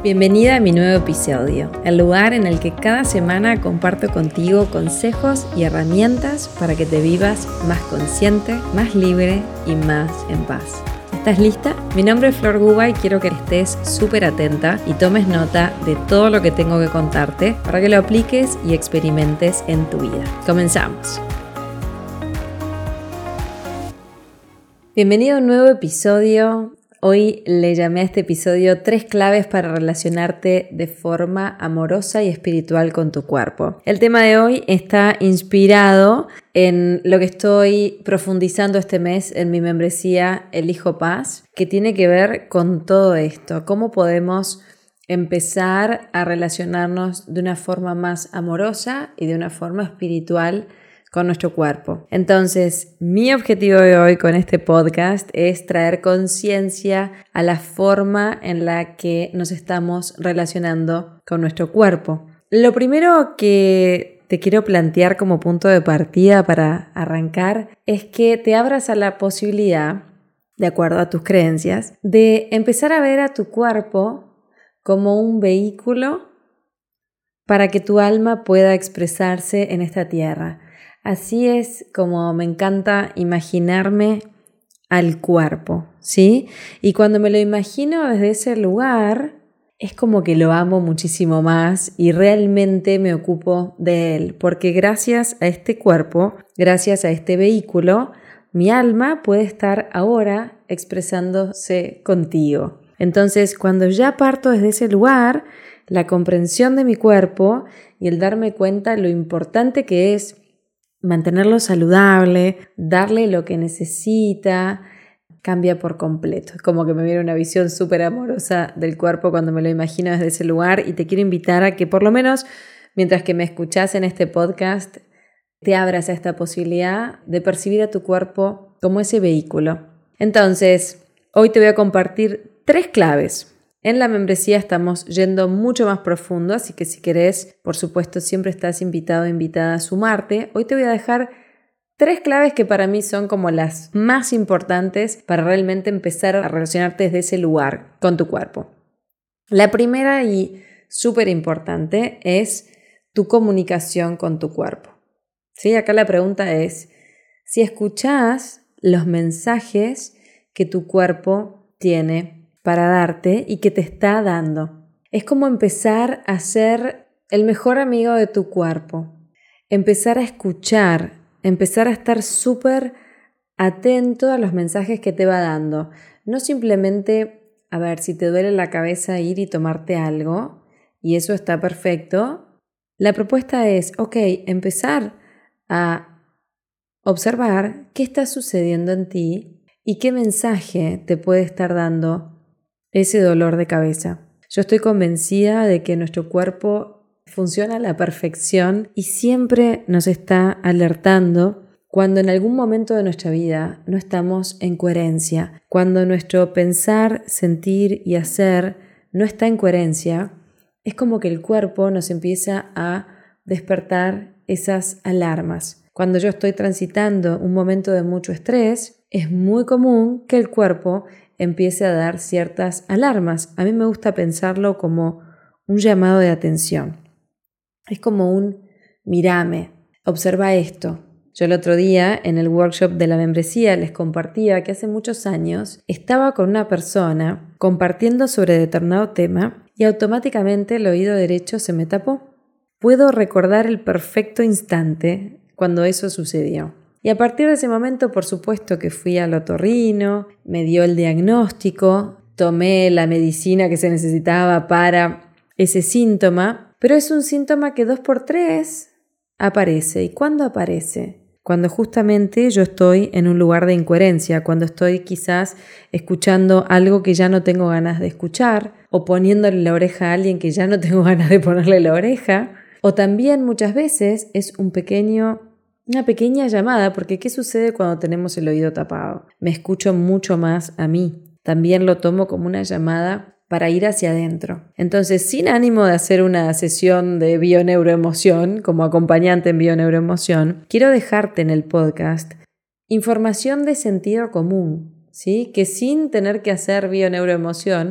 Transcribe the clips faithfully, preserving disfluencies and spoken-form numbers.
Bienvenida a mi nuevo episodio, el lugar en el que cada semana comparto contigo consejos y herramientas para que te vivas más consciente, más libre y más en paz. ¿Estás lista? Mi nombre es Flor Guba y quiero que estés súper atenta y tomes nota de todo lo que tengo que contarte para que lo apliques y experimentes en tu vida. Comenzamos. Bienvenido a un nuevo episodio. Hoy le llamé a este episodio tres claves para relacionarte de forma amorosa y espiritual con tu cuerpo. El tema de hoy está inspirado en lo que estoy profundizando este mes en mi membresía Elijo Paz, que tiene que ver con todo esto, cómo podemos empezar a relacionarnos de una forma más amorosa y de una forma espiritual con nuestro cuerpo. Entonces, mi objetivo de hoy con este podcast es traer conciencia a la forma en la que nos estamos relacionando con nuestro cuerpo. Lo primero que te quiero plantear como punto de partida para arrancar es que te abras a la posibilidad, de acuerdo a tus creencias, de empezar a ver a tu cuerpo como un vehículo para que tu alma pueda expresarse en esta tierra. Así es como me encanta imaginarme al cuerpo, ¿sí? Y cuando me lo imagino desde ese lugar, es como que lo amo muchísimo más y realmente me ocupo de él, porque gracias a este cuerpo, gracias a este vehículo, mi alma puede estar ahora expresándose contigo. Entonces, cuando ya parto desde ese lugar, la comprensión de mi cuerpo y el darme cuenta lo importante que es mantenerlo saludable, darle lo que necesita, cambia por completo. Es como que me viene una visión súper amorosa del cuerpo cuando me lo imagino desde ese lugar y te quiero invitar a que por lo menos mientras que me escuchás en este podcast te abras a esta posibilidad de percibir a tu cuerpo como ese vehículo. Entonces, hoy te voy a compartir tres claves. En la membresía estamos yendo mucho más profundo, así que si querés, por supuesto, siempre estás invitado o invitada a sumarte. Hoy te voy a dejar tres claves que para mí son como las más importantes para realmente empezar a relacionarte desde ese lugar con tu cuerpo. La primera y súper importante es tu comunicación con tu cuerpo. ¿Sí? Acá la pregunta es si escuchás los mensajes que tu cuerpo tiene para darte y que te está dando. Es como empezar a ser el mejor amigo de tu cuerpo, empezar a escuchar, empezar a estar súper atento a los mensajes que te va dando. No simplemente, a ver, si te duele la cabeza ir y tomarte algo, y eso está perfecto. La propuesta es, ok, empezar a observar qué está sucediendo en ti y qué mensaje te puede estar dando ese dolor de cabeza. Yo estoy convencida de que nuestro cuerpo funciona a la perfección y siempre nos está alertando cuando en algún momento de nuestra vida no estamos en coherencia, cuando nuestro pensar, sentir y hacer no está en coherencia. Es como que el cuerpo nos empieza a despertar esas alarmas. Cuando yo estoy transitando un momento de mucho estrés, es muy común que el cuerpo empiece a dar ciertas alarmas. A mí me gusta pensarlo como un llamado de atención. Es como un mírame, observa esto. Yo el otro día en el workshop de la membresía les compartía que hace muchos años estaba con una persona compartiendo sobre determinado tema y automáticamente el oído derecho se me tapó. Puedo recordar el perfecto instante cuando eso sucedió. Y a partir de ese momento, por supuesto que fui al otorrino, me dio el diagnóstico, tomé la medicina que se necesitaba para ese síntoma, pero es un síntoma que dos por tres aparece. ¿Y cuándo aparece? Cuando justamente yo estoy en un lugar de incoherencia, cuando estoy quizás escuchando algo que ya no tengo ganas de escuchar, o poniéndole la oreja a alguien que ya no tengo ganas de ponerle la oreja, o también muchas veces es un pequeño... Una pequeña llamada, porque ¿qué sucede cuando tenemos el oído tapado? Me escucho mucho más a mí. También lo tomo como una llamada para ir hacia adentro. Entonces, sin ánimo de hacer una sesión de bioneuroemoción, como acompañante en bioneuroemoción, quiero dejarte en el podcast información de sentido común, ¿sí? Que sin tener que hacer bioneuroemoción,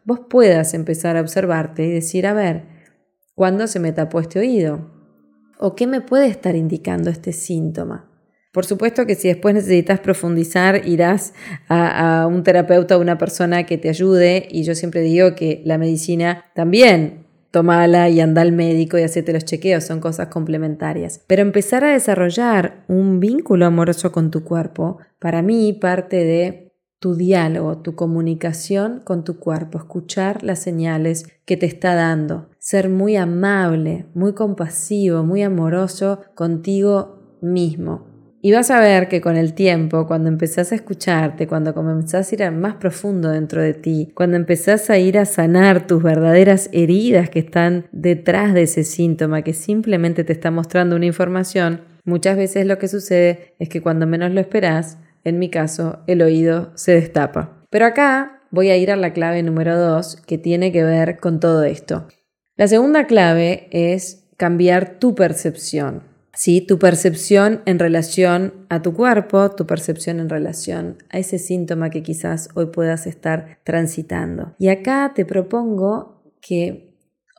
vos puedas empezar a observarte y decir, a ver, ¿cuándo se me tapó este oído? ¿O qué me puede estar indicando este síntoma? Por supuesto que si después necesitas profundizar, irás a, a un terapeuta o una persona que te ayude, y yo siempre digo que la medicina también, tomala y anda al médico y hacete los chequeos, son cosas complementarias. Pero empezar a desarrollar un vínculo amoroso con tu cuerpo, para mí parte de tu diálogo, tu comunicación con tu cuerpo, escuchar las señales que te está dando, ser muy amable, muy compasivo, muy amoroso contigo mismo. Y vas a ver que con el tiempo, cuando empezás a escucharte, cuando comenzás a ir más profundo dentro de ti, cuando empezás a ir a sanar tus verdaderas heridas que están detrás de ese síntoma, que simplemente te está mostrando una información, muchas veces lo que sucede es que cuando menos lo esperás, en mi caso, el oído se destapa. Pero acá voy a ir a la clave número dos, que tiene que ver con todo esto. La segunda clave es cambiar tu percepción. Sí, tu percepción en relación a tu cuerpo, tu percepción en relación a ese síntoma que quizás hoy puedas estar transitando. Y acá te propongo que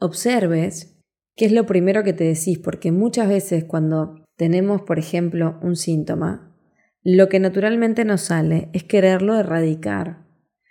observes qué es lo primero que te decís, porque muchas veces cuando tenemos, por ejemplo, un síntoma, lo que naturalmente nos sale es quererlo erradicar,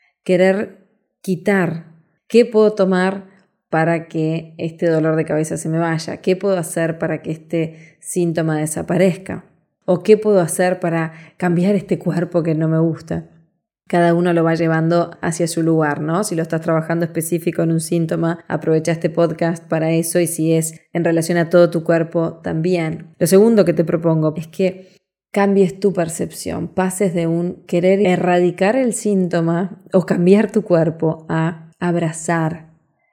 querer quitar. ¿Qué puedo tomar para que este dolor de cabeza se me vaya? ¿Qué puedo hacer para que este síntoma desaparezca? ¿O qué puedo hacer para cambiar este cuerpo que no me gusta? Cada uno lo va llevando hacia su lugar, ¿no? Si lo estás trabajando específico en un síntoma, aprovecha este podcast para eso, y si es en relación a todo tu cuerpo, también. Lo segundo que te propongo es que cambies tu percepción, pases de un querer erradicar el síntoma o cambiar tu cuerpo a abrazar,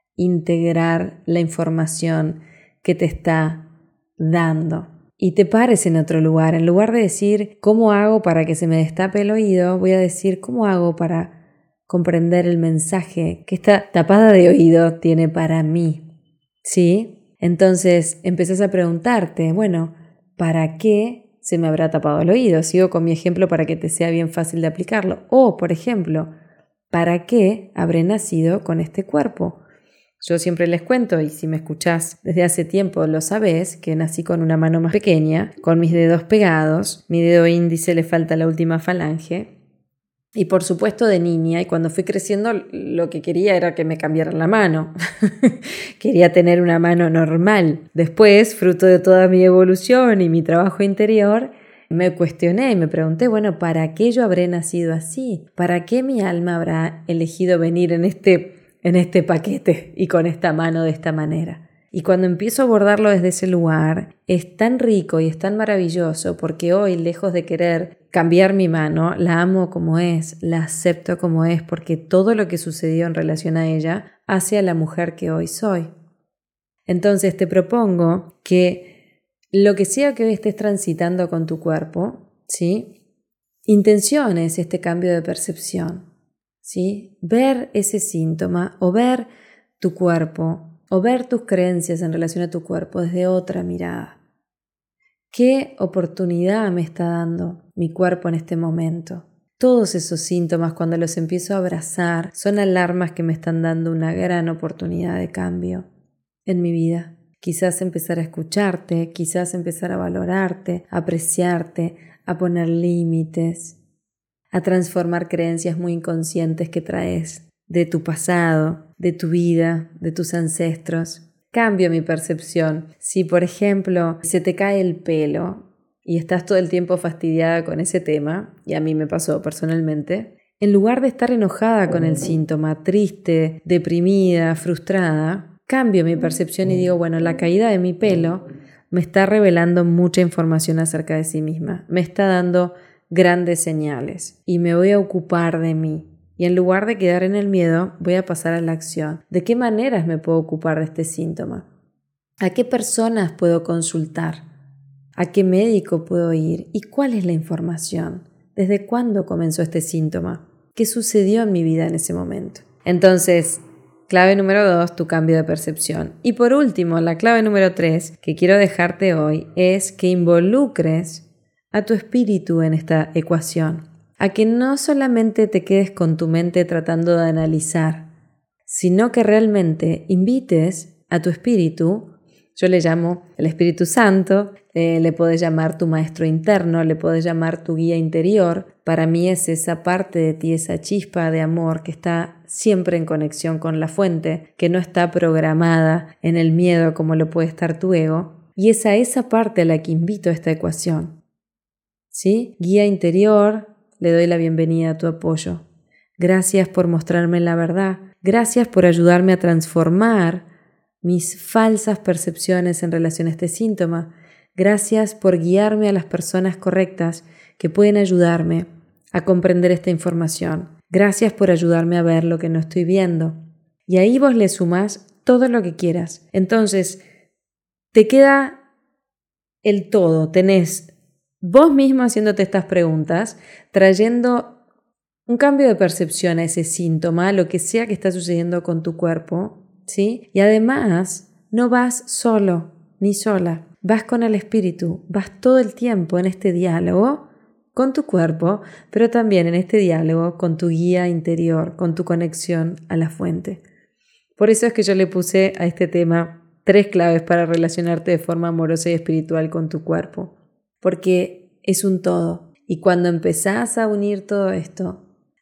integrar la información que te está dando. Y te pares en otro lugar. En lugar de decir ¿cómo hago para que se me destape el oído?, voy a decir ¿cómo hago para comprender el mensaje que esta tapada de oído tiene para mí? ¿Sí? Entonces empezás a preguntarte, bueno, ¿para qué se me habrá tapado el oído? Sigo con mi ejemplo para que te sea bien fácil de aplicarlo. O, por ejemplo, ¿para qué habré nacido con este cuerpo? Yo siempre les cuento, y si me escuchás desde hace tiempo lo sabés, que nací con una mano más pequeña, con mis dedos pegados, mi dedo índice le falta la última falange, y por supuesto de niña, y cuando fui creciendo lo que quería era que me cambiaran la mano. Quería tener una mano normal. Después, fruto de toda mi evolución y mi trabajo interior, me cuestioné y me pregunté, bueno, ¿para qué yo habré nacido así? ¿Para qué mi alma habrá elegido venir en este... en este paquete y con esta mano de esta manera? Y cuando empiezo a abordarlo desde ese lugar, es tan rico y es tan maravilloso, porque hoy, lejos de querer cambiar mi mano, la amo como es, la acepto como es, porque todo lo que sucedió en relación a ella hace a la mujer que hoy soy. Entonces te propongo que lo que sea que hoy estés transitando con tu cuerpo, ¿sí?, intenciones este cambio de percepción. ¿Sí? Ver ese síntoma o ver tu cuerpo o ver tus creencias en relación a tu cuerpo desde otra mirada. ¿Qué oportunidad me está dando mi cuerpo en este momento? Todos esos síntomas, cuando los empiezo a abrazar, son alarmas que me están dando una gran oportunidad de cambio en mi vida. Quizás empezar a escucharte, quizás empezar a valorarte, a apreciarte, a poner límites, a transformar creencias muy inconscientes que traes de tu pasado, de tu vida, de tus ancestros. Cambio mi percepción. Si, por ejemplo, se te cae el pelo y estás todo el tiempo fastidiada con ese tema, y a mí me pasó personalmente, en lugar de estar enojada con el síntoma, triste, deprimida, frustrada, cambio mi percepción y digo, bueno, la caída de mi pelo me está revelando mucha información acerca de sí misma, me está dando grandes señales y me voy a ocupar de mí. Y en lugar de quedar en el miedo, voy a pasar a la acción. ¿De qué maneras me puedo ocupar de este síntoma? ¿A qué personas puedo consultar? ¿A qué médico puedo ir? ¿Y cuál es la información? ¿Desde cuándo comenzó este síntoma? ¿Qué sucedió en mi vida en ese momento? Entonces, clave número dos, tu cambio de percepción. Y por último, la clave número tres que quiero dejarte hoy es que involucres a tu espíritu en esta ecuación, a que no solamente te quedes con tu mente tratando de analizar, sino que realmente invites a tu espíritu. Yo le llamo el Espíritu Santo, eh, le podés llamar tu maestro interno, le podés llamar tu guía interior. Para mí es esa parte de ti, esa chispa de amor que está siempre en conexión con la fuente, que no está programada en el miedo como lo puede estar tu ego. Y es a esa parte a la que invito a esta ecuación. ¿Sí? Guía interior, le doy la bienvenida a tu apoyo. Gracias por mostrarme la verdad. Gracias por ayudarme a transformar mis falsas percepciones en relación a este síntoma. Gracias por guiarme a las personas correctas que pueden ayudarme a comprender esta información. Gracias por ayudarme a ver lo que no estoy viendo. Y ahí vos le sumás todo lo que quieras. Entonces, te queda el todo. Tenés vos mismo haciéndote estas preguntas, trayendo un cambio de percepción a ese síntoma, lo que sea que está sucediendo con tu cuerpo, ¿sí? Y además, no vas solo ni sola, vas con el espíritu, vas todo el tiempo en este diálogo con tu cuerpo, pero también en este diálogo con tu guía interior, con tu conexión a la fuente. Por eso es que yo le puse a este tema tres claves para relacionarte de forma amorosa y espiritual con tu cuerpo, porque es un todo. Y cuando empezás a unir todo esto,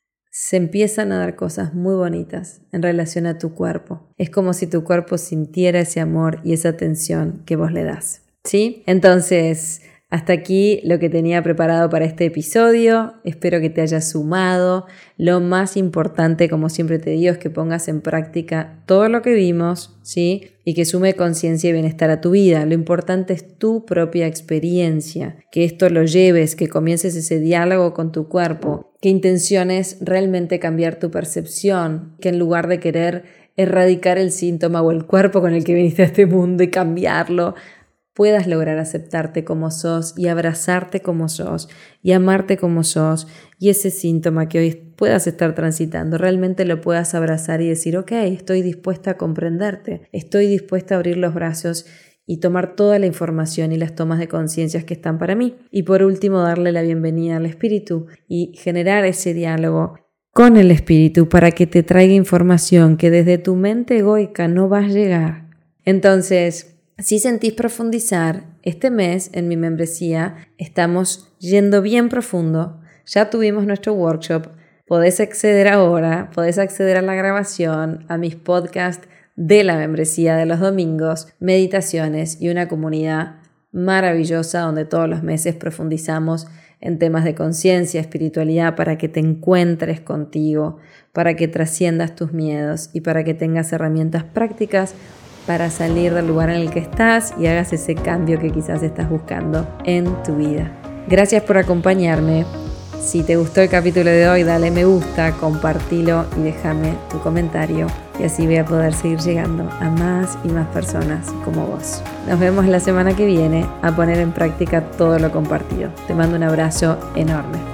se empiezan a dar cosas muy bonitas en relación a tu cuerpo. Es como si tu cuerpo sintiera ese amor y esa atención que vos le das, ¿sí? Entonces, hasta aquí lo que tenía preparado para este episodio. Espero que te haya sumado. Lo más importante, como siempre te digo, es que pongas en práctica todo lo que vimos, ¿sí? Y que sume conciencia y bienestar a tu vida. Lo importante es tu propia experiencia, que esto lo lleves, que comiences ese diálogo con tu cuerpo, que intenciones realmente cambiar tu percepción, que en lugar de querer erradicar el síntoma o el cuerpo con el que viniste a este mundo y cambiarlo, puedas lograr aceptarte como sos y abrazarte como sos y amarte como sos, y ese síntoma que hoy puedas estar transitando realmente lo puedas abrazar y decir, ok, estoy dispuesta a comprenderte, estoy dispuesta a abrir los brazos y tomar toda la información y las tomas de conciencias que están para mí. Y por último, darle la bienvenida al espíritu y generar ese diálogo con el espíritu para que te traiga información que desde tu mente egoica no va a llegar. Entonces, si sentís profundizar, este mes en mi membresía estamos yendo bien profundo. Ya tuvimos nuestro workshop. Podés acceder ahora, podés acceder a la grabación, a mis podcasts de la membresía de los domingos, meditaciones y una comunidad maravillosa donde todos los meses profundizamos en temas de conciencia, espiritualidad, para que te encuentres contigo, para que trasciendas tus miedos y para que tengas herramientas prácticas para salir del lugar en el que estás y hagas ese cambio que quizás estás buscando en tu vida. Gracias por acompañarme. Si te gustó el capítulo de hoy, dale me gusta, compartilo y déjame tu comentario. Y así voy a poder seguir llegando a más y más personas como vos. Nos vemos la semana que viene a poner en práctica todo lo compartido. Te mando un abrazo enorme.